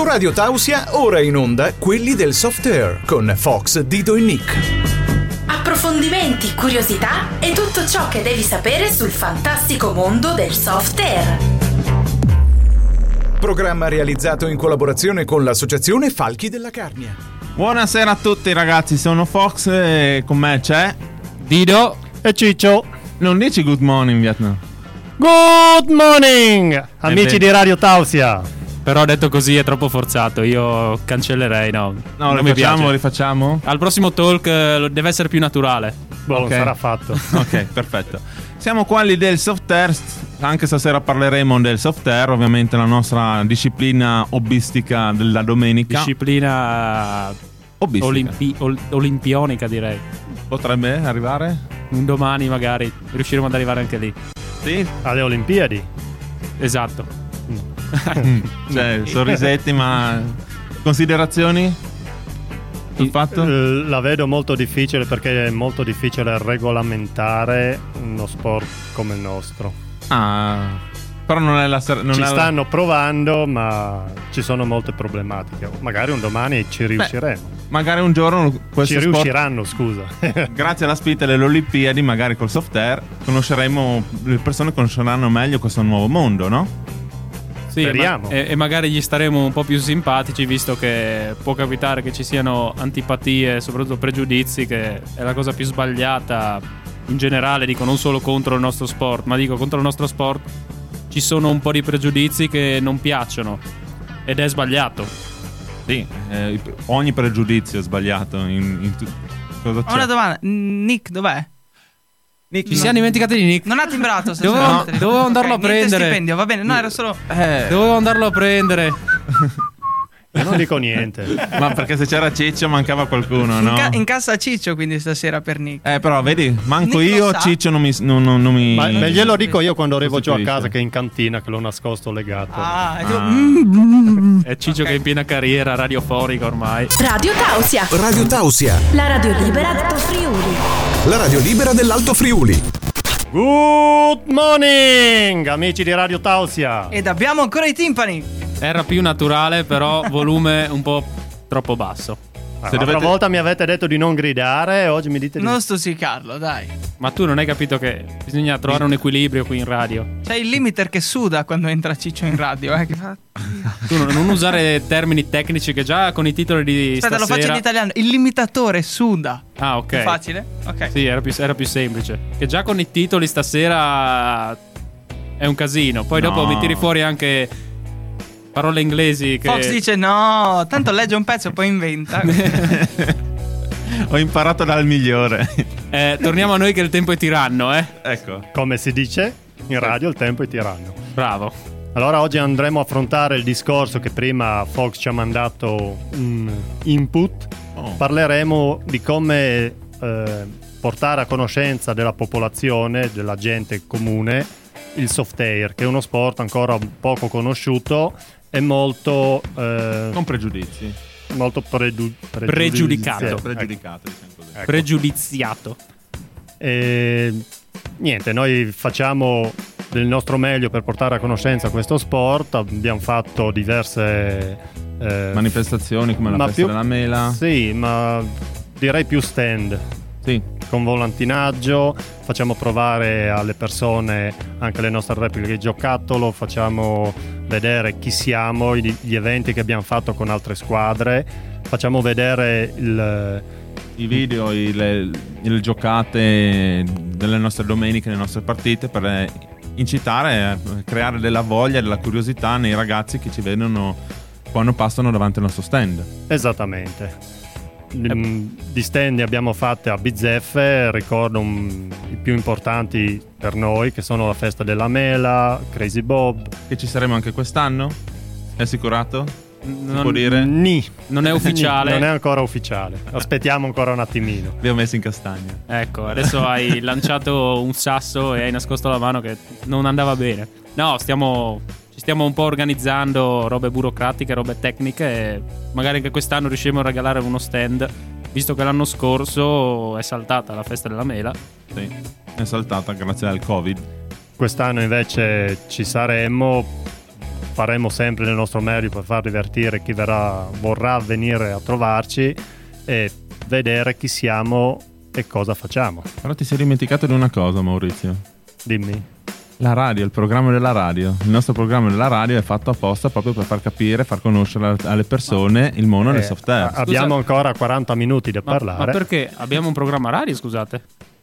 Radio Tausia, ora in onda quelli del soft air con Fox, Dido e Nick. Approfondimenti, curiosità e tutto ciò che devi sapere sul fantastico mondo del soft air. Programma realizzato in collaborazione con l'associazione Falchi della Carnia. Buonasera a tutti ragazzi, sono Fox e con me c'è Dido e Ciccio. Non dici good morning Vietnam? Good morning, amici di Radio Tausia. Però detto così è troppo forzato, io cancellerei, no non mi piace. Rifacciamo? Al prossimo talk deve essere più naturale. Buono, Okay. sarà fatto. Ok, perfetto. Siamo quelli del soft air, anche stasera parleremo del soft air, ovviamente la nostra disciplina hobbistica della domenica. Disciplina Hobbistica. olimpionica, direi. Potrebbe arrivare? Un domani magari riusciremo ad arrivare anche lì. Sì? Alle Olimpiadi. Esatto. Cioè, sorrisetti, ma considerazioni sul fatto? La vedo molto difficile perché è molto difficile regolamentare uno sport come il nostro. Però non è la stanno provando, ma ci sono molte problematiche. Magari un domani ci riusciremo. Magari un giorno questo Ci riusciranno, scusa. Grazie alla spinta delle Olimpiadi, magari col soft air le persone conosceranno meglio questo nuovo mondo, no? Sì, speriamo. E magari gli staremo un po' più simpatici, visto che può capitare che ci siano antipatie, soprattutto pregiudizi, che è la cosa più sbagliata in generale, dico non solo contro il nostro sport, ma dico contro il nostro sport ci sono un po' di pregiudizi che non piacciono ed è sbagliato. Sì, ogni pregiudizio è sbagliato. Cosa c'è? Ho una domanda, Nick dov'è? Ci siamo dimenticati di Nick. Non ha timbrato. Dovevo andarlo a prendere. Stipendio, va bene, no, era solo. Dovevo andarlo a prendere. Io non dico niente. Ma perché se c'era Ciccio mancava qualcuno, no? In cassa Ciccio, quindi stasera per Nick. Però vedi, manco Nick io, lo sa. Ciccio non mi Ma glielo dico io quando arrivo giù a Costituisce. casa, che è in cantina, che l'ho nascosto legato. È Ciccio che è in piena carriera radiofonica ormai. Radio Tausia, Radio Tausia, la radio libera d'Alto Friuli. la radio libera dell'Alto Friuli. Good morning, amici di Radio Tausia. Ed abbiamo ancora i timpani. Era più naturale, però volume un po' troppo basso. L'altra volta mi avete detto di non gridare, oggi mi dite di... Non stuzzicarlo, dai. Ma tu non hai capito che bisogna trovare un equilibrio qui in radio. C'è il limiter che suda quando entra Ciccio in radio, che fa... Tu non usare termini tecnici che già con i titoli di Aspetta, stasera... lo faccio in italiano. Il limitatore suda. Ah, ok. È facile? Ok. Sì, era più semplice. Che già con i titoli stasera è un casino. Poi dopo mi tiri fuori anche parole inglesi che... Fox dice no, tanto legge un pezzo e poi inventa. Ho imparato dal migliore. Torniamo a noi che il tempo è tiranno, Ecco. Come si dice in radio, il tempo è tiranno. Bravo. Allora oggi andremo a affrontare il discorso che prima Fox ci ha mandato un input. Parleremo di come portare a conoscenza della popolazione, della gente comune, il soft air, che è uno sport ancora poco conosciuto e molto Con pregiudizi. molto Pregiudicato. Pregiudicato, diciamo così. Ecco. Pregiudiziato. E niente, noi facciamo del nostro meglio per portare a conoscenza questo sport. Abbiamo fatto diverse Manifestazioni come la festa della mela. Sì, ma direi più stand. Sì. Con volantinaggio, facciamo provare alle persone anche le nostre repliche di giocattolo, facciamo vedere chi siamo, gli eventi che abbiamo fatto con altre squadre, facciamo vedere i video, le giocate delle nostre domeniche, le nostre partite, per incitare a creare della voglia e della curiosità nei ragazzi che ci vedono quando passano davanti al nostro stand. Esattamente. Di stand ne abbiamo fatte a bizzeffe, ricordo i più importanti per noi, che sono la festa della mela, Crazy Bob. Che ci saremo anche quest'anno? È assicurato? Si può dire? Non è ufficiale. Non è ancora ufficiale. Aspettiamo ancora un attimino. Vi ho messo in castagna. Ecco, adesso hai lanciato un sasso e hai nascosto la mano che non andava bene. No, ci stiamo un po' organizzando robe burocratiche, robe tecniche e magari anche quest'anno riusciremo a regalare uno stand, visto che l'anno scorso è saltata la festa della mela. Sì, è saltata grazie al Covid. Quest'anno invece ci saremo. faremo sempre nel nostro meglio per far divertire chi vorrà venire a trovarci e vedere chi siamo e cosa facciamo. Però ti sei dimenticato di una cosa, Maurizio. Dimmi. La radio, il programma della radio. Il nostro programma della radio è fatto apposta proprio per far capire, far conoscere alle persone il mondo del software. Abbiamo ancora 40 minuti da parlare. Ma perché? Abbiamo un programma radio, scusate?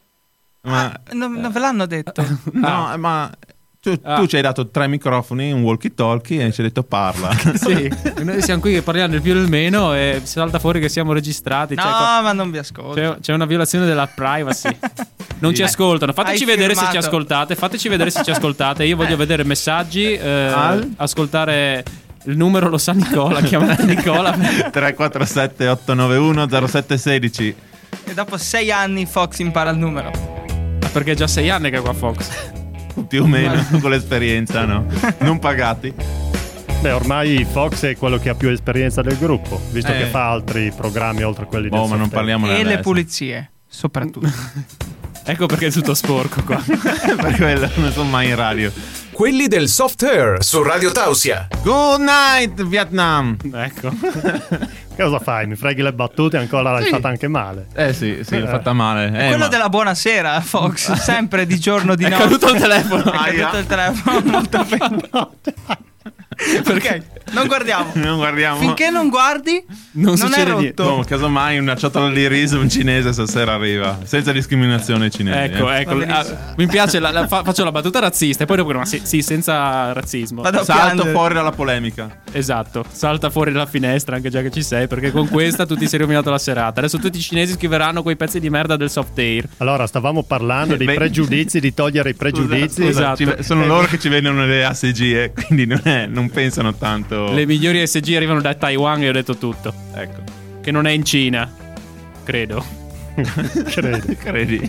Non ve l'hanno detto. No, ma tu ci hai dato 3 microfoni, un walkie talkie e ci hai detto parla. Sì, noi siamo qui che parliamo del più e del meno e salta fuori che siamo registrati. No, ma non vi ascolto. C'è una violazione della privacy. Non ci ascoltano. Fateci vedere se ci ascoltate. Fateci vedere se ci ascoltate. Io voglio vedere messaggi. Ascoltare il numero lo sa Nicola. Chiamate Nicola. 347 891 0716. E dopo 6 anni Fox impara il numero. Perché è già 6 anni che è qua Fox. Più o meno con l'esperienza, no? Non pagati. Beh, ormai Fox è quello che ha più esperienza del gruppo, visto che fa altri programmi oltre a quelli del ma non parliamo e le pulizie, soprattutto. Ecco perché è tutto sporco qua. Per quello non sono mai in radio. Quelli del Software su Radio Tausia. Good night Vietnam. Ecco. Cosa fai? Mi freghi le battute, ancora l'hai fatta anche male. Sì, l'ho fatta male. Quello della buonasera, Fox, sempre di giorno, di notte. È caduto il telefono. È caduto il telefono, molto bene. Perché? Non guardiamo. Finché non guardi, non succede è niente. rotto. No, casomai una ciotola di riso un cinese stasera arriva. Senza discriminazione cinese. Ecco. Mi piace, faccio la battuta razzista e poi dopo sì, senza razzismo. Salto fuori dalla polemica. Esatto, salta fuori dalla finestra anche già che ci sei, perché con questa tu ti sei rovinato la serata. Adesso tutti i cinesi scriveranno quei pezzi di merda del software. Allora, stavamo parlando dei pregiudizi, di togliere i pregiudizi. Scusa, sono loro che ci vendono le ASG, quindi non pensano tanto. Le migliori ASG arrivano da Taiwan e ho detto tutto. Ecco. Che non è in Cina, credo. Credi.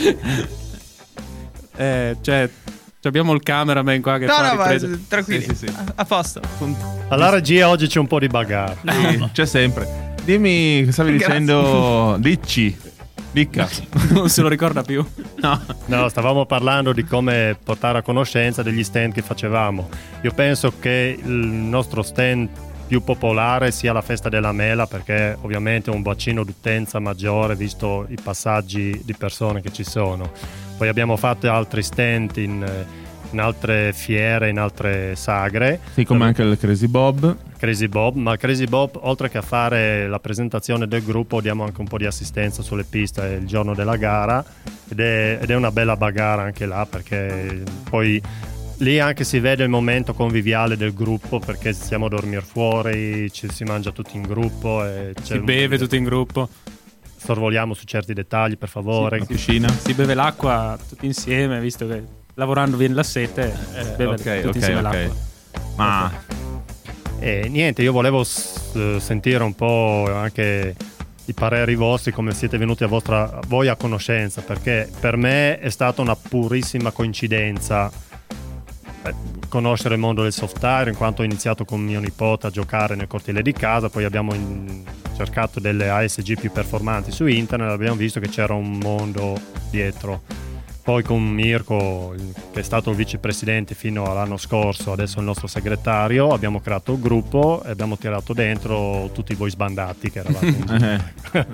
Cioè, abbiamo il cameraman qua che fa riprese. No, tranquilli. Sì. A posto. Alla regia oggi c'è un po' di bagarre. Sì, c'è sempre. Dimmi, che stavi dicendo? Dica. Non se lo ricorda più. No, stavamo parlando di come portare a conoscenza degli stand che facevamo. Io penso che il nostro stand più popolare sia la festa della mela, perché ovviamente è un bacino d'utenza maggiore visto i passaggi di persone che ci sono. Poi abbiamo fatto altri stand in altre fiere, in altre sagre. Sì, come anche il Crazy Bob, ma il Crazy Bob, oltre che a fare la presentazione del gruppo, diamo anche un po' di assistenza sulle piste il giorno della gara ed è una bella bagarre anche là, perché poi lì anche si vede il momento conviviale del gruppo, perché stiamo a dormire fuori, ci si mangia tutti in gruppo e si beve tutti in gruppo. Sorvoliamo su certi dettagli, per favore. Sì, piscina. Si beve l'acqua tutti insieme, visto che lavorando viene la sete, beve tutti insieme l'acqua. Ma niente, io volevo sentire un po' anche i pareri vostri, come siete venuti voi a conoscenza, perché per me è stata una purissima coincidenza conoscere il mondo del software, in quanto ho iniziato con mio nipote a giocare nel cortile di casa, poi abbiamo cercato delle ASG più performanti su internet, abbiamo visto che c'era un mondo dietro. Poi con Mirko, che è stato il vicepresidente fino all'anno scorso, adesso è il nostro segretario, abbiamo creato il gruppo e abbiamo tirato dentro tutti voi sbandati che eravate.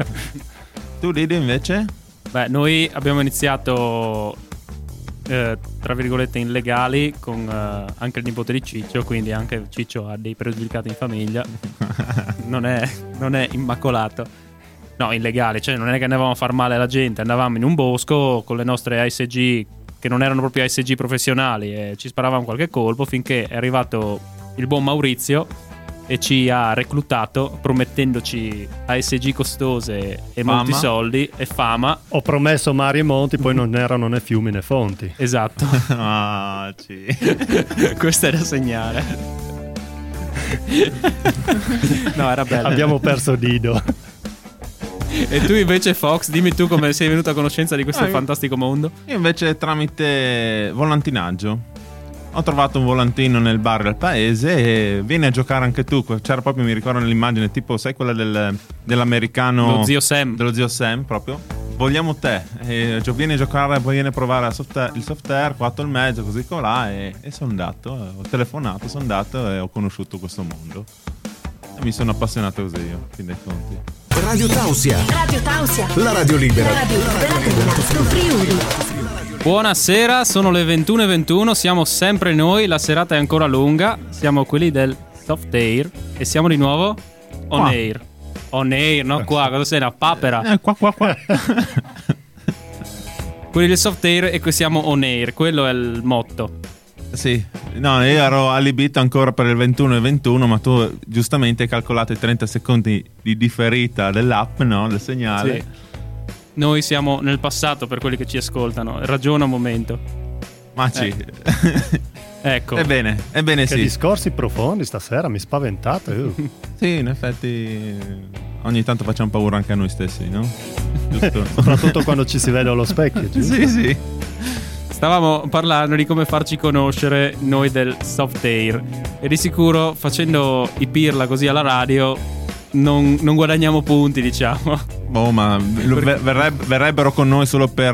Tu Lidio invece? Beh, noi abbiamo iniziato tra virgolette illegali con anche il nipote di Ciccio, quindi anche Ciccio ha dei pregiudicati in famiglia. non è immacolato. No, illegale, cioè non è che andavamo a far male alla gente, andavamo in un bosco con le nostre ASG che non erano proprio ASG professionali e ci sparavamo qualche colpo, finché è arrivato il buon Maurizio e ci ha reclutato promettendoci ASG costose e molti soldi e fama. Ho promesso mari e monti, poi non erano né fiumi né fonti. Esatto. Questo è da segnare. No, era bello. Abbiamo perso Dido. E tu invece, Fox, dimmi tu come sei venuto a conoscenza di questo fantastico mondo. Io invece tramite volantinaggio. Ho trovato un volantino nel bar del paese e vieni a giocare anche tu. C'era proprio, mi ricordo nell'immagine, tipo sai quella dell'americano, lo zio Sam. Dello zio Sam proprio. vogliamo te. Vieni a giocare, vieni a provare il soft air, 4,5, così colà. E sono andato, ho telefonato, sono andato e ho conosciuto questo mondo. E mi sono appassionato così io, fin dei conti. Radio Tausia. Radio Tausia. La radio libera. La radio libera dell'Alto Friuli. Buonasera, sono le 21:21, siamo sempre noi, la serata è ancora lunga. Siamo quelli del Soft Air e siamo di nuovo on air. On air, no qua, cosa sei, una papera? Qua. Quelli del Soft Air e qui siamo on air, quello è il motto. Sì, no, io ero allibito ancora per il 21:21, ma tu giustamente hai calcolato i 30 secondi di differita dell'app, no? Del segnale. Sì. Noi siamo nel passato per quelli che ci ascoltano, ragiona un momento. Ma sì. Ecco. Ebbene che sì. discorsi profondi stasera, mi spaventate. Sì, in effetti ogni tanto facciamo paura anche a noi stessi, no? Giusto? Soprattutto quando ci si vede allo specchio, giusto? Sì. Stavamo parlando di come farci conoscere noi del Soft Air e di sicuro facendo i pirla così alla radio non guadagniamo punti, diciamo. Oh, ma verrebbero con noi solo per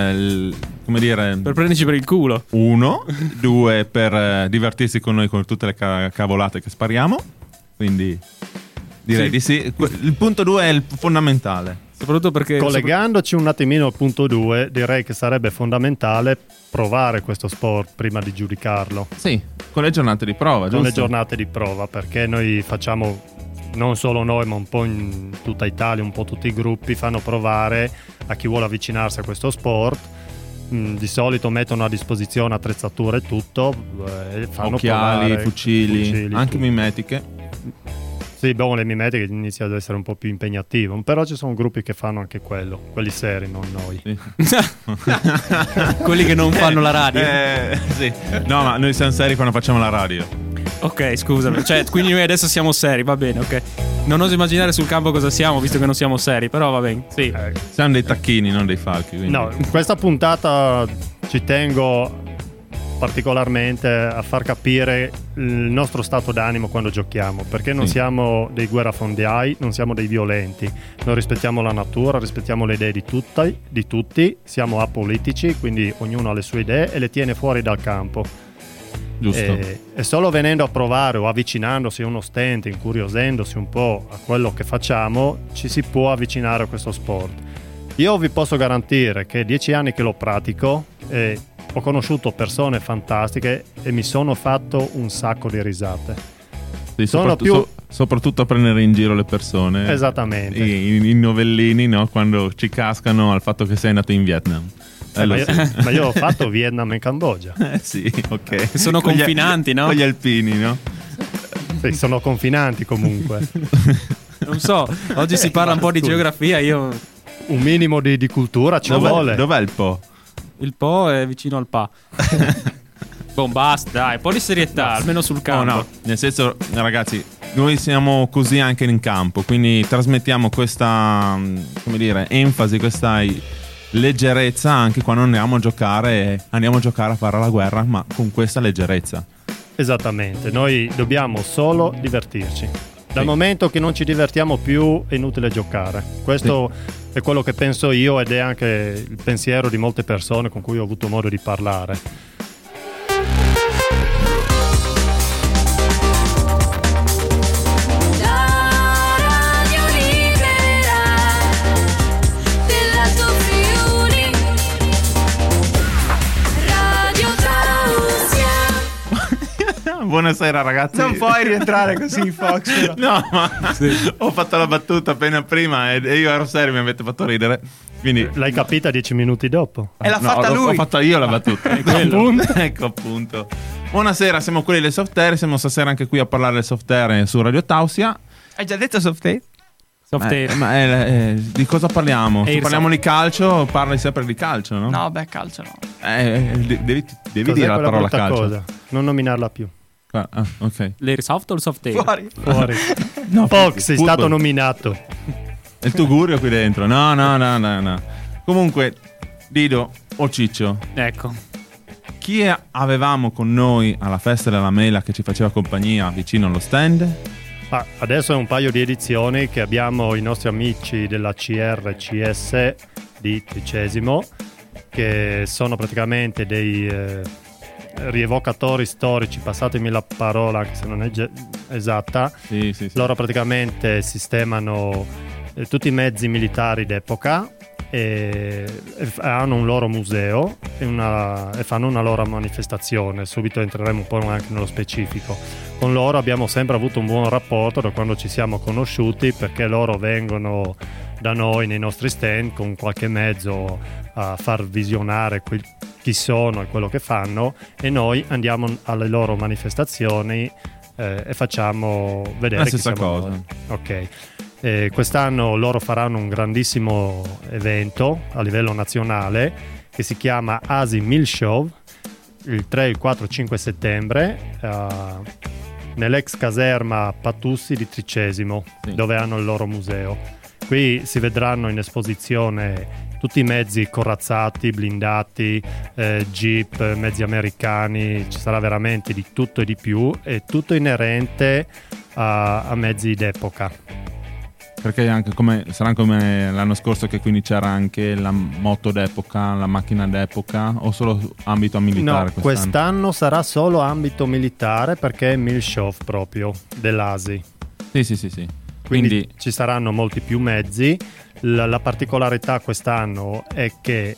come dire, per prenderci per il culo. 1, 2 per divertirsi con noi con tutte le cavolate che spariamo. Quindi direi di sì. Il punto 2 è il fondamentale. Soprattutto perché collegandoci un attimino al punto 2, direi che sarebbe fondamentale provare questo sport prima di giudicarlo. Sì, con le giornate di prova, giusto? Con le giornate di prova, perché noi facciamo, non solo noi ma un po' in tutta Italia, un po' tutti i gruppi fanno provare a chi vuole avvicinarsi a questo sport. Di solito mettono a disposizione attrezzature e tutto, e fanno occhiali, provare fucili, anche tutto. Mimetiche. Sì, le mimetiche inizia ad essere un po' più impegnativo, però ci sono gruppi che fanno anche quelli seri, non noi. Sì. quelli che non fanno la radio. Sì. No, ma noi siamo seri quando facciamo la radio. Ok, scusami. Quindi noi adesso siamo seri, va bene, ok. Non oso immaginare sul campo cosa siamo, visto che non siamo seri, però va bene, sì. Siamo dei tacchini, non dei falchi. Quindi. No, in questa puntata ci tengo particolarmente a far capire il nostro stato d'animo quando giochiamo, perché non siamo dei guerrafondai, non siamo dei violenti, noi rispettiamo la natura, rispettiamo le idee di tutti, siamo apolitici, quindi ognuno ha le sue idee e le tiene fuori dal campo. Giusto. E solo venendo a provare o avvicinandosi a uno stand, incuriosendosi un po' a quello che facciamo, ci si può avvicinare a questo sport. Io vi posso garantire che 10 anni che lo pratico e ho conosciuto persone fantastiche e mi sono fatto un sacco di risate. Sì, soprattutto a prendere in giro le persone. Esattamente. I novellini, no? Quando ci cascano al fatto che sei andato in Vietnam. Ma io ho fatto Vietnam e Cambogia. Sì, ok. Sono confinanti, no? Con gli alpini, no? Sì, sono confinanti comunque. Non so, oggi si parla un po' di geografia, io... Un minimo di cultura ci vuole. Dov'è il Po? Il Po è vicino al Pa. Basta, dai, un po' di serietà, almeno sul campo. No, nel senso, ragazzi, noi siamo così anche in campo, quindi trasmettiamo questa, come dire, enfasi, questa leggerezza anche quando andiamo a giocare a fare la guerra, ma con questa leggerezza. Esattamente, noi dobbiamo solo divertirci. Dal momento che non ci divertiamo più è inutile giocare. Questo è quello che penso io ed è anche il pensiero di molte persone con cui ho avuto modo di parlare. Buonasera ragazzi. Non puoi rientrare così, Fox. Però. No, ma ho fatto la battuta appena prima e io ero serio, mi avete fatto ridere. Quindi l'hai capita 10 minuti dopo? E l'ha fatta lui. Ho fatto io la battuta. Ecco appunto. Buonasera, siamo quelli del Soft Air. Siamo stasera anche qui a parlare del Soft Air su Radio Tausia. Hai già detto Soft Air? Soft Air. Di cosa parliamo? Se parliamo di calcio, parli sempre di calcio, no? No, beh, calcio no. Devi dire la parola calcio. Cosa? Non nominarla più. Ok. L'Airsoft o il Soft Air? Fuori. No, Fox, sei stato nominato. È il tugurio qui dentro. No. Comunque, Dido o Ciccio. Ecco. Chi avevamo con noi alla festa della mela che ci faceva compagnia vicino allo stand? Adesso è un paio di edizioni che abbiamo i nostri amici della CRCS di Tricesimo, che sono praticamente dei rievocatori storici, passatemi la parola anche se non è esatta. Sì. Loro praticamente sistemano tutti i mezzi militari d'epoca e hanno un loro museo e fanno una loro manifestazione. Subito entreremo un po' anche nello specifico. Con loro abbiamo sempre avuto un buon rapporto da quando ci siamo conosciuti, perché loro vengono da noi nei nostri stand con qualche mezzo a far visionare chi sono e quello che fanno, e noi andiamo alle loro manifestazioni e facciamo vedere la chi stessa siamo cosa. noi. Ok. Quest'anno loro faranno un grandissimo evento a livello nazionale che si chiama Asi Mill Show il 3, il 4, 5 settembre nell'ex caserma Patussi di Tricesimo, dove hanno il loro museo. Qui si vedranno in esposizione tutti i mezzi corazzati, blindati, jeep, mezzi americani, ci sarà veramente di tutto e di più, e tutto inerente a mezzi d'epoca. Perché sarà come l'anno scorso, che quindi c'era anche la moto d'epoca, la macchina d'epoca, o solo ambito militare? No, quest'anno sarà solo ambito militare, perché è Mill Show proprio dell'ASI. Sì. Quindi ci saranno molti più mezzi. La particolarità quest'anno è che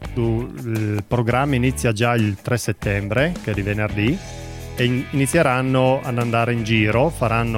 il programma inizia già il 3 settembre, che è di venerdì, e inizieranno ad andare in giro,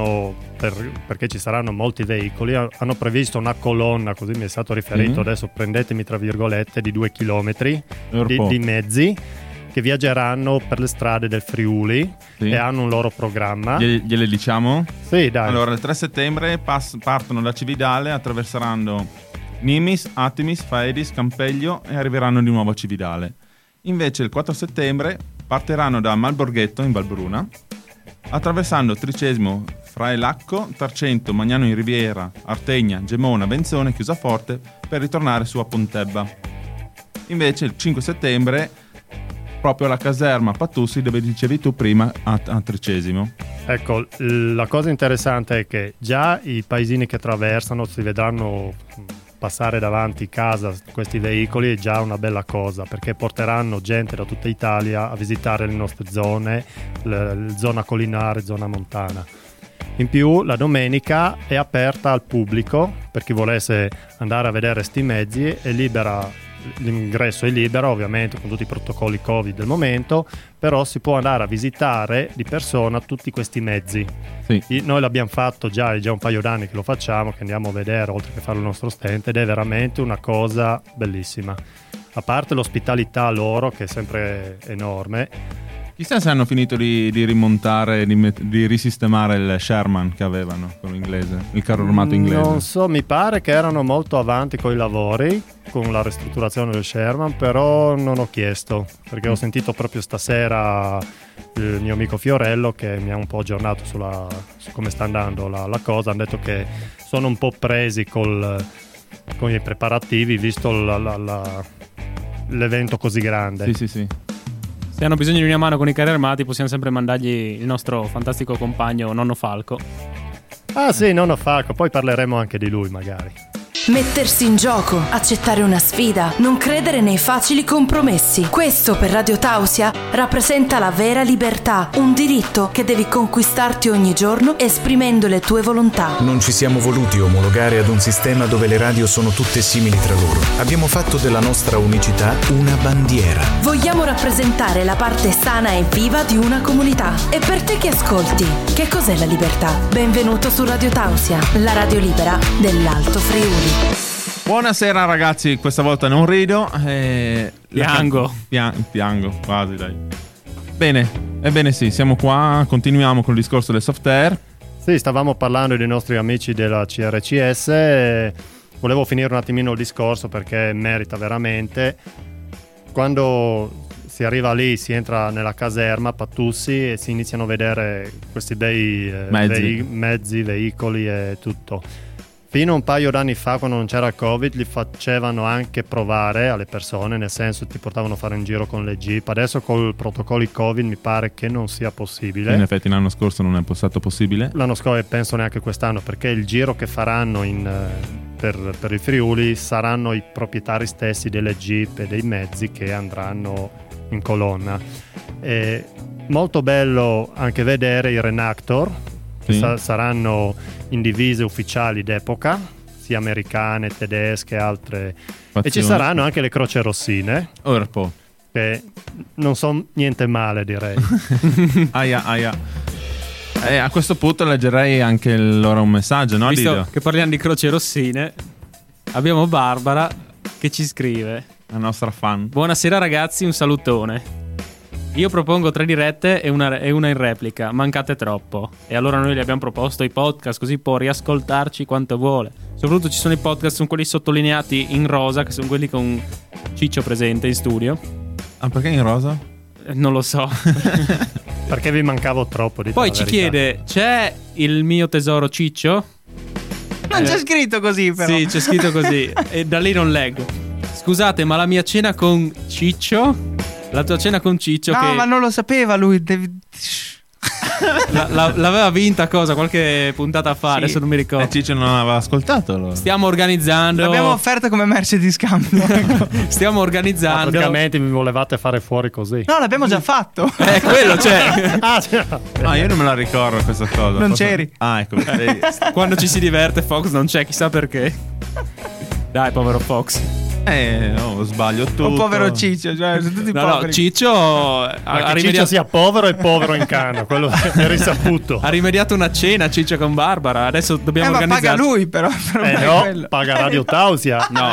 perché ci saranno molti veicoli. Hanno previsto una colonna, così mi è stato riferito, adesso prendetemi tra virgolette, di 2 chilometri di mezzi che viaggeranno per le strade del Friuli e hanno un loro programma. Gliele diciamo? Sì, dai. Allora, il 3 settembre partono da Cividale, attraversando Nimis, Atimis, Faedis, Campeglio e arriveranno di nuovo a Cividale. Invece il 4 settembre partiranno da Malborghetto in Valbruna, attraversando Tricesimo, Fraelacco, Tarcento, Magnano in Riviera, Artegna, Gemona, Benzone, Chiusaforte, per ritornare su a Pontebba. Invece il 5 settembre proprio alla caserma Patussi, dove dicevi tu prima, a Tricesimo. Ecco, la cosa interessante è che già i paesini che attraversano si vedranno passare davanti casa questi veicoli, è già una bella cosa, perché porteranno gente da tutta Italia a visitare le nostre zone, zona collinare, zona montana. In più la domenica è aperta al pubblico, per chi volesse andare a vedere sti mezzi, è libera. L'ingresso è libero, ovviamente con tutti i protocolli Covid del momento, però si può andare a visitare di persona tutti questi mezzi. Noi l'abbiamo fatto già, è già un paio d'anni che lo facciamo, che andiamo a vedere oltre che fare il nostro stand, ed è veramente una cosa bellissima. A parte l'ospitalità loro, che è sempre enorme. Chissà se hanno finito di rimontare, di risistemare il Sherman che avevano, quello inglese, il carro armato inglese. Non so, mi pare che erano molto avanti con i lavori, con la ristrutturazione del Sherman, però non ho chiesto, perché ho sentito proprio stasera il mio amico Fiorello che mi ha un po' aggiornato su come sta andando la cosa. Hanno detto che sono un po' presi con i preparativi, visto l'evento così grande. Sì. Se hanno bisogno di una mano con i carri armati, possiamo sempre mandargli il nostro fantastico compagno Nonno Falco. Ah sì, Nonno Falco, poi parleremo anche di lui magari. Mettersi in gioco, accettare una sfida, non credere nei facili compromessi. Questo per Radio Tausia rappresenta la vera libertà, un diritto che devi conquistarti ogni giorno esprimendo le tue volontà. Non ci siamo voluti omologare ad un sistema dove le radio sono tutte simili tra loro. Abbiamo fatto della nostra unicità una bandiera. Vogliamo rappresentare la parte sana e viva di una comunità. E per te che ascolti, che cos'è la libertà? Benvenuto su Radio Tausia, la radio libera dell'Alto Friuli. Buonasera ragazzi, questa volta non rido, piango, quasi dai. Ebbene sì, siamo qua, continuiamo con il discorso del soft air. Sì, stavamo parlando dei nostri amici della CRCS, volevo finire un attimino il discorso perché merita veramente. Quando si arriva lì, si entra nella caserma Patussi e si iniziano a vedere questi bei mezzi, veicoli e tutto. Fino a un paio d'anni fa, quando non c'era il Covid, li facevano anche provare alle persone, nel senso ti portavano a fare un giro con le Jeep. Adesso col protocolli Covid mi pare che non sia possibile. In effetti l'anno scorso non è stato possibile. L'anno scorso e penso neanche quest'anno, perché il giro che faranno per il Friuli saranno i proprietari stessi delle Jeep e dei mezzi che andranno in colonna. È molto bello anche vedere i Renactor, che saranno in divise ufficiali d'epoca, sia americane, tedesche, altre. E ci saranno anche le croce rossine. Che non sono niente male, direi. Aia. A questo punto leggerei anche loro un messaggio, no? Visto Lidio? che parliamo di croce rossine, abbiamo Barbara che ci scrive: la nostra fan. Buonasera ragazzi, un salutone. Io propongo 3 dirette e una in replica. Mancate troppo. E allora noi gli abbiamo proposto i podcast, così può riascoltarci quanto vuole. Soprattutto ci sono i podcast, sono quelli sottolineati in rosa, che sono quelli con Ciccio presente in studio. Ah, perché in rosa? Non lo so. Perché vi mancavo troppo. Poi ci chiede: c'è il mio tesoro Ciccio? Non c'è scritto così, però. Sì, c'è scritto così. E da lì non leggo. Scusate, ma la mia cena con Ciccio? La tua cena con Ciccio? No, ma non lo sapeva lui. L'aveva vinta qualche puntata fa, sì. Adesso non mi ricordo. E Ciccio non aveva ascoltato allora. Stiamo organizzando. L'abbiamo offerta come merce di scambio. Stiamo organizzando. Praticamente mi volevate fare fuori così. No, l'abbiamo già fatto. Quello c'è. Io non me la ricordo questa cosa. Non c'eri. Ah, ecco. Quando ci si diverte Fox non c'è, chissà perché. Dai, povero Fox. Sbaglio tutto. Un povero Ciccio, cioè, sono tutti poveri. No, Ciccio Ciccio sia povero e povero in canna, quello è risaputo. Ha rimediato una cena Ciccio con Barbara. Adesso dobbiamo organizzare. Ma paga lui però paga Radio Tausia. No.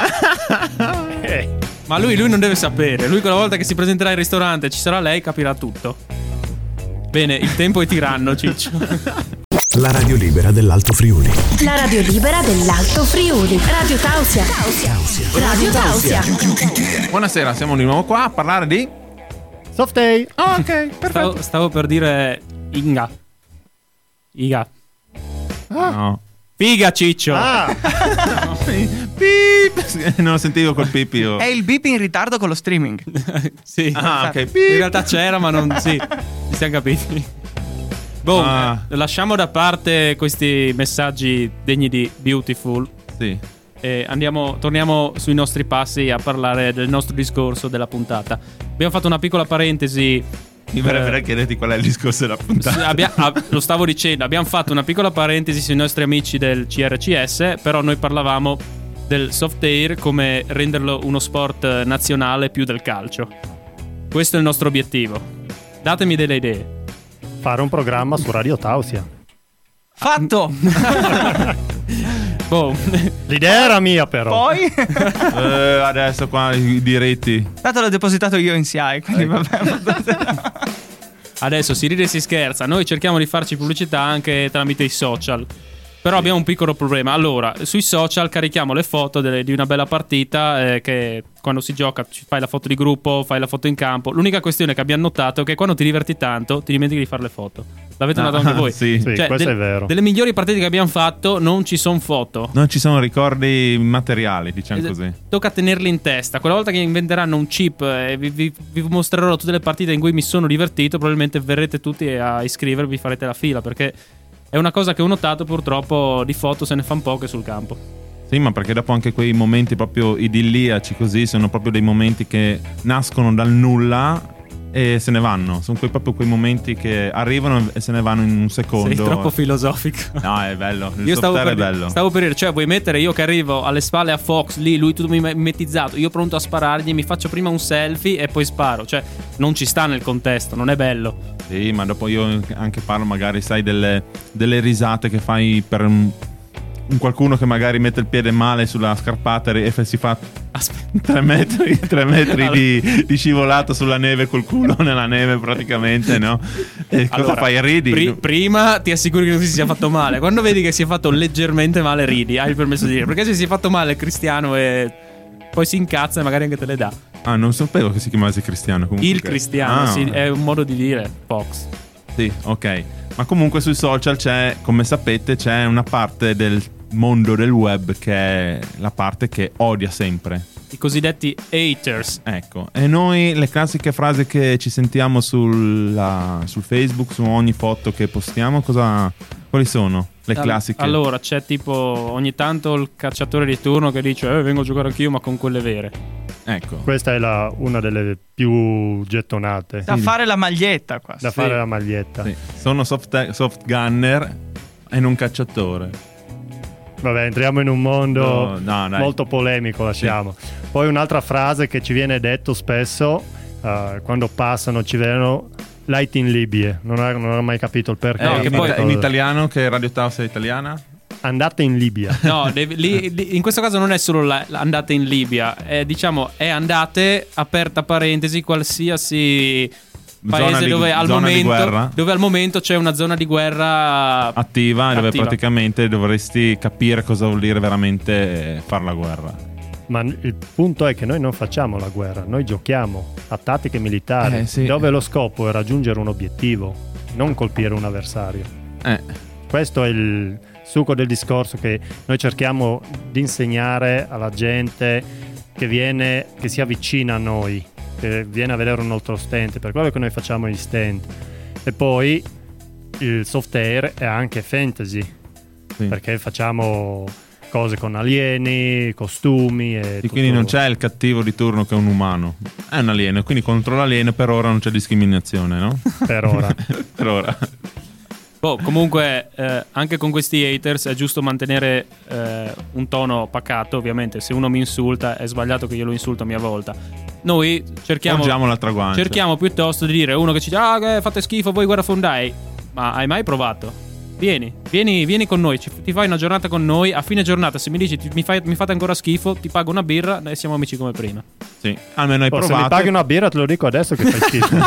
Ma lui non deve sapere. Lui quella volta che si presenterà in ristorante ci sarà lei, capirà tutto. Bene, il tempo è tiranno, Ciccio. La radio libera dell'Alto Friuli. La radio libera dell'Alto Friuli. Radio Tausia. Radio Tausia. Buonasera, siamo di nuovo qua a parlare di Softair. Oh, ok, perfetto. Stavo per dire Iga. No. Figa, Ciccio. Beep. Non lo sentivo col pip io. È il beep in ritardo con lo streaming. Sì. Ah, ok. In realtà c'era, ma non. Sì, ci siamo capiti. Lasciamo da parte questi messaggi degni di Beautiful. Sì. E torniamo sui nostri passi a parlare del nostro discorso della puntata. Abbiamo fatto una piccola parentesi. Mi verrebbe chiederti qual è il discorso della puntata. Lo stavo dicendo, abbiamo fatto una piccola parentesi sui nostri amici del CRCS, però noi parlavamo del Softair come renderlo uno sport nazionale più del calcio. Questo è il nostro obiettivo. Datemi delle idee. Fare un programma su Radio Tausia. Fatto. L'idea era mia, però. Poi adesso qua i diritti. Tanto l'ho depositato io in SIAE, quindi vabbè. Adesso si ride e si scherza. Noi cerchiamo di farci pubblicità anche tramite i social. Però abbiamo un piccolo problema. Allora, sui social carichiamo le foto di una bella partita che quando si gioca fai la foto di gruppo, fai la foto in campo. L'unica questione che abbiamo notato è che quando ti diverti tanto ti dimentichi di fare le foto. L'avete notato anche voi? Sì, cioè, questo è vero. Delle migliori partite che abbiamo fatto non ci sono foto. Non ci sono ricordi materiali, diciamo così. Tocca tenerli in testa. Quella volta che inventeranno un chip e vi mostrerò tutte le partite in cui mi sono divertito, probabilmente verrete tutti a iscrivervi, farete la fila, perché è una cosa che ho notato, purtroppo di foto se ne fanno poche sul campo. Sì, ma perché dopo anche quei momenti proprio idilliaci così sono proprio dei momenti che nascono dal nulla e se ne vanno. Sono proprio quei momenti che arrivano e se ne vanno in un secondo. Sei troppo filosofico. No, è bello. Io stavo per dire, cioè vuoi mettere io che arrivo alle spalle a Fox lì, lui tutto mimetizzato, io pronto a sparargli, mi faccio prima un selfie e poi sparo. Cioè non ci sta nel contesto, non è bello. Sì, ma dopo io anche parlo magari, sai, delle risate che fai per un qualcuno che magari mette il piede male sulla scarpata e si fa 3 metri allora, di scivolato sulla neve col culo nella neve praticamente, no? E cosa fai? Ridi? Prima ti assicuri che non si sia fatto male. Quando vedi che si è fatto leggermente male ridi, hai il permesso di dire. Perché se si è fatto male Cristiano e poi si incazza e magari anche te le dà. Ah, non sapevo che si chiamasse Cristiano comunque. Il Cristiano, sì, è un modo di dire Fox. Sì, ok. Ma comunque sui social c'è, come sapete, c'è una parte del mondo del web che è la parte che odia sempre. I cosiddetti haters. Ecco. E noi le classiche frasi che ci sentiamo sul Facebook, su ogni foto che postiamo, quali sono? Le classiche. Allora, c'è tipo ogni tanto il cacciatore di turno che dice vengo a giocare anch'io, ma con quelle vere. Ecco. Questa è una delle più gettonate. Da fare la maglietta qua. Da fare la maglietta. Sì. Sono soft gunner e non cacciatore. Vabbè, entriamo in un mondo molto polemico, lasciamo. Sì. Poi un'altra frase che ci viene detto spesso quando passano, ci vedono Light in Libye. Non ho mai capito il perché. Che poi in italiano, che Radio Tausia è italiana? Andate in Libia. No, in questo caso non è solo andate in Libia, è andate, aperta parentesi, qualsiasi paese dove al momento c'è una zona di guerra attiva. Dove praticamente dovresti capire cosa vuol dire veramente fare la guerra. Ma il punto è che noi non facciamo la guerra, noi giochiamo a tattiche militari, dove lo scopo è raggiungere un obiettivo, non colpire un avversario. Questo è il succo del discorso che noi cerchiamo di insegnare alla gente che si avvicina a noi, che viene a vedere un nostro stand, per quello che noi facciamo gli stand. E poi il soft air è anche fantasy, perché facciamo cose con alieni, costumi e quindi non c'è il cattivo di turno che è un umano, è un alieno, quindi contro l'alieno per ora non c'è discriminazione, no? Per ora. Per ora. Comunque anche con questi haters è giusto mantenere un tono pacato. Ovviamente se uno mi insulta è sbagliato che io lo insulto a mia volta. Noi cerchiamo piuttosto di dire uno che ci dice fate schifo voi guerrafondai, ma hai mai provato? Vieni con noi, ti fai una giornata con noi. A fine giornata se mi dici mi fate ancora schifo, ti pago una birra e siamo amici come prima. Sì, almeno hai provato. Se mi paghi una birra te lo dico adesso che fai schifo.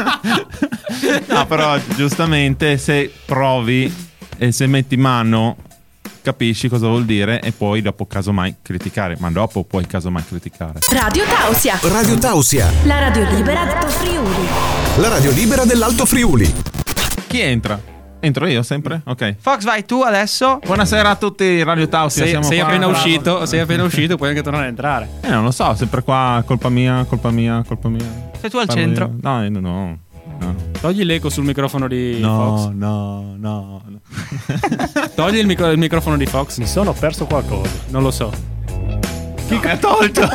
No, però giustamente se provi e se metti mano capisci cosa vuol dire e poi dopo casomai criticare, ma dopo puoi casomai criticare. Radio Tausia. Radio Tausia. La radio libera d'Alto Friuli. La radio libera dell'Alto Friuli. Chi entra? Entro io sempre? Ok. Fox, vai tu adesso. Buonasera a tutti, Radio Tausia. Sei appena uscito, puoi anche tornare a entrare. Non lo so, sempre qua, colpa mia. Sei tu al centro? No. Togli l'eco sul microfono di Fox. No. Togli il microfono di Fox. Mi sono perso qualcosa. Non lo so. Chi ha tolto?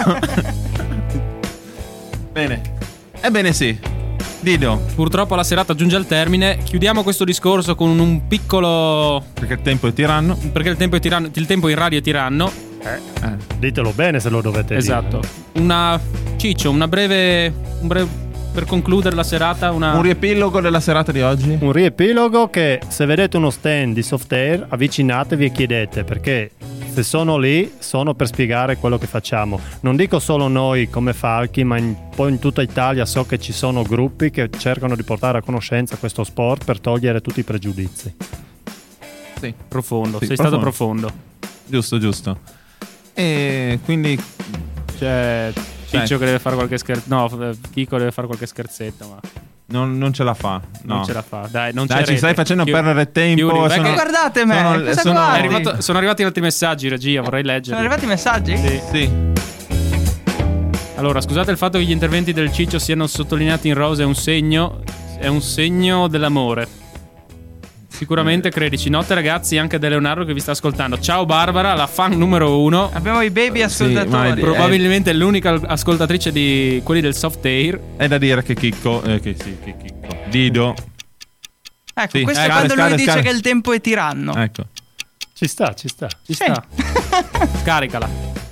Bene. Ebbene sì. Dido. Purtroppo la serata giunge al termine. Chiudiamo questo discorso con un piccolo... Perché il tempo è tiranno. Il tempo in radio è tiranno. Ditelo bene se lo dovete dire. Esatto. Un breve per concludere la serata, un riepilogo della serata di oggi. Un riepilogo che se vedete uno stand di soft air avvicinatevi e chiedete, perché se sono lì sono per spiegare quello che facciamo. Non dico solo noi come Falchi, ma poi in tutta Italia so che ci sono gruppi che cercano di portare a conoscenza questo sport per togliere tutti i pregiudizi. Sì, profondo. Sei stato profondo. Giusto. E quindi c'è Ciccio che deve fare qualche scherzo. No, Chico deve fare qualche scherzetto, ma non ce la fa. No. Non ce la fa. Dai, ci stai facendo perdere tempo. Guardate me. Sono arrivati altri messaggi, regia, vorrei leggere. Sono arrivati messaggi? Sì. Allora, scusate il fatto che gli interventi del Ciccio siano sottolineati in rosa, è un segno dell'amore. Sicuramente credici. Notte ragazzi anche da Leonardo che vi sta ascoltando. Ciao Barbara, la fan numero 1. Abbiamo i baby ascoltatori. Probabilmente l'unica ascoltatrice di quelli del soft air. È da dire che Chicco Dido. Ecco, questo è quando lui dice che il tempo è tiranno. Ecco. Ci sta. Scaricala.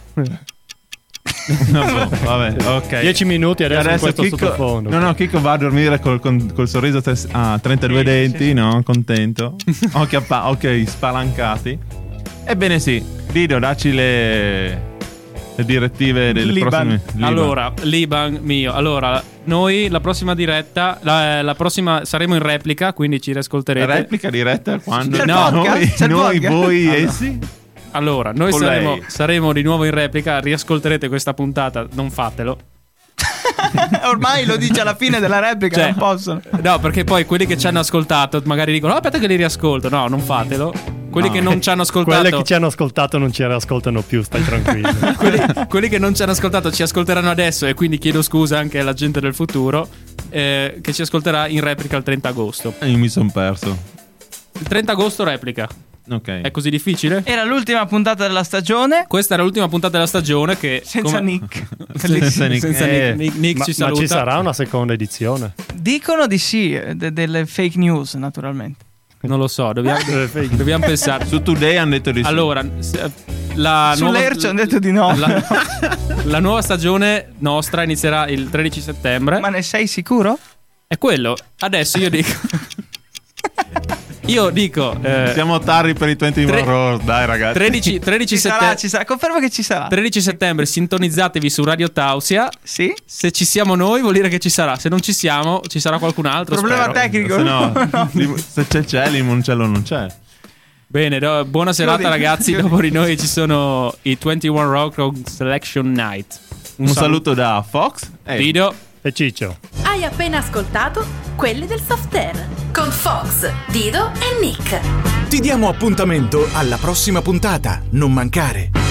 Vabbè, ok. 10 minuti adesso questo Chicco, sottofondo. No, Chicco va a dormire col sorriso a 32 denti, no? Contento. Occhi spalancati. Ebbene sì, Dido, dacci le direttive delle prossime. Allora, Liban mio. Allora, noi la prossima diretta, la prossima saremo in replica, quindi ci riascolterete. Replica diretta quando? Noi, voi, essi. Allora, noi saremo di nuovo in replica, riascolterete questa puntata, non fatelo. Ormai lo dice alla fine della replica, non possono. No, perché poi quelli che ci hanno ascoltato magari dicono aspetta che li riascolto. No, non fatelo. Quelli che non ci hanno ascoltato, quelli che ci hanno ascoltato non ci riascoltano più, stai tranquillo. quelli che non ci hanno ascoltato ci ascolteranno adesso, e quindi chiedo scusa anche alla gente del futuro che ci ascolterà in replica il 30 agosto. Io mi sono perso. Il 30 agosto replica. Ok. È così difficile? Era l'ultima puntata della stagione. Questa era l'ultima puntata della stagione che senza Nick. Senza Nick. Nick ci saluta. Ma ci sarà una seconda edizione? Dicono di sì, delle fake news naturalmente. Non lo so, dobbiamo pensare. Su Today hanno detto di sì. Allora, sull'Ercio hanno detto di no. La nuova stagione nostra inizierà il 13 settembre. Ma ne sei sicuro? È quello. Adesso io dico siamo tardi per i 21 Roar, dai ragazzi. 13 settembre. Ci sarà, confermo che ci sarà. 13 settembre, sintonizzatevi su Radio Tausia. Sì. Se ci siamo noi vuol dire che ci sarà. Se non ci siamo, ci sarà qualcun altro. Problema tecnico. Se c'è, limoncello non c'è. Bene, buona serata ragazzi. Dopo di noi ci sono i 21 Rock Selection Night. Un saluto da Fox, Dido e Ciccio. Hai appena ascoltato quelli del Soft Air con Fox, Dido e Nick. Ti diamo appuntamento alla prossima puntata. Non mancare.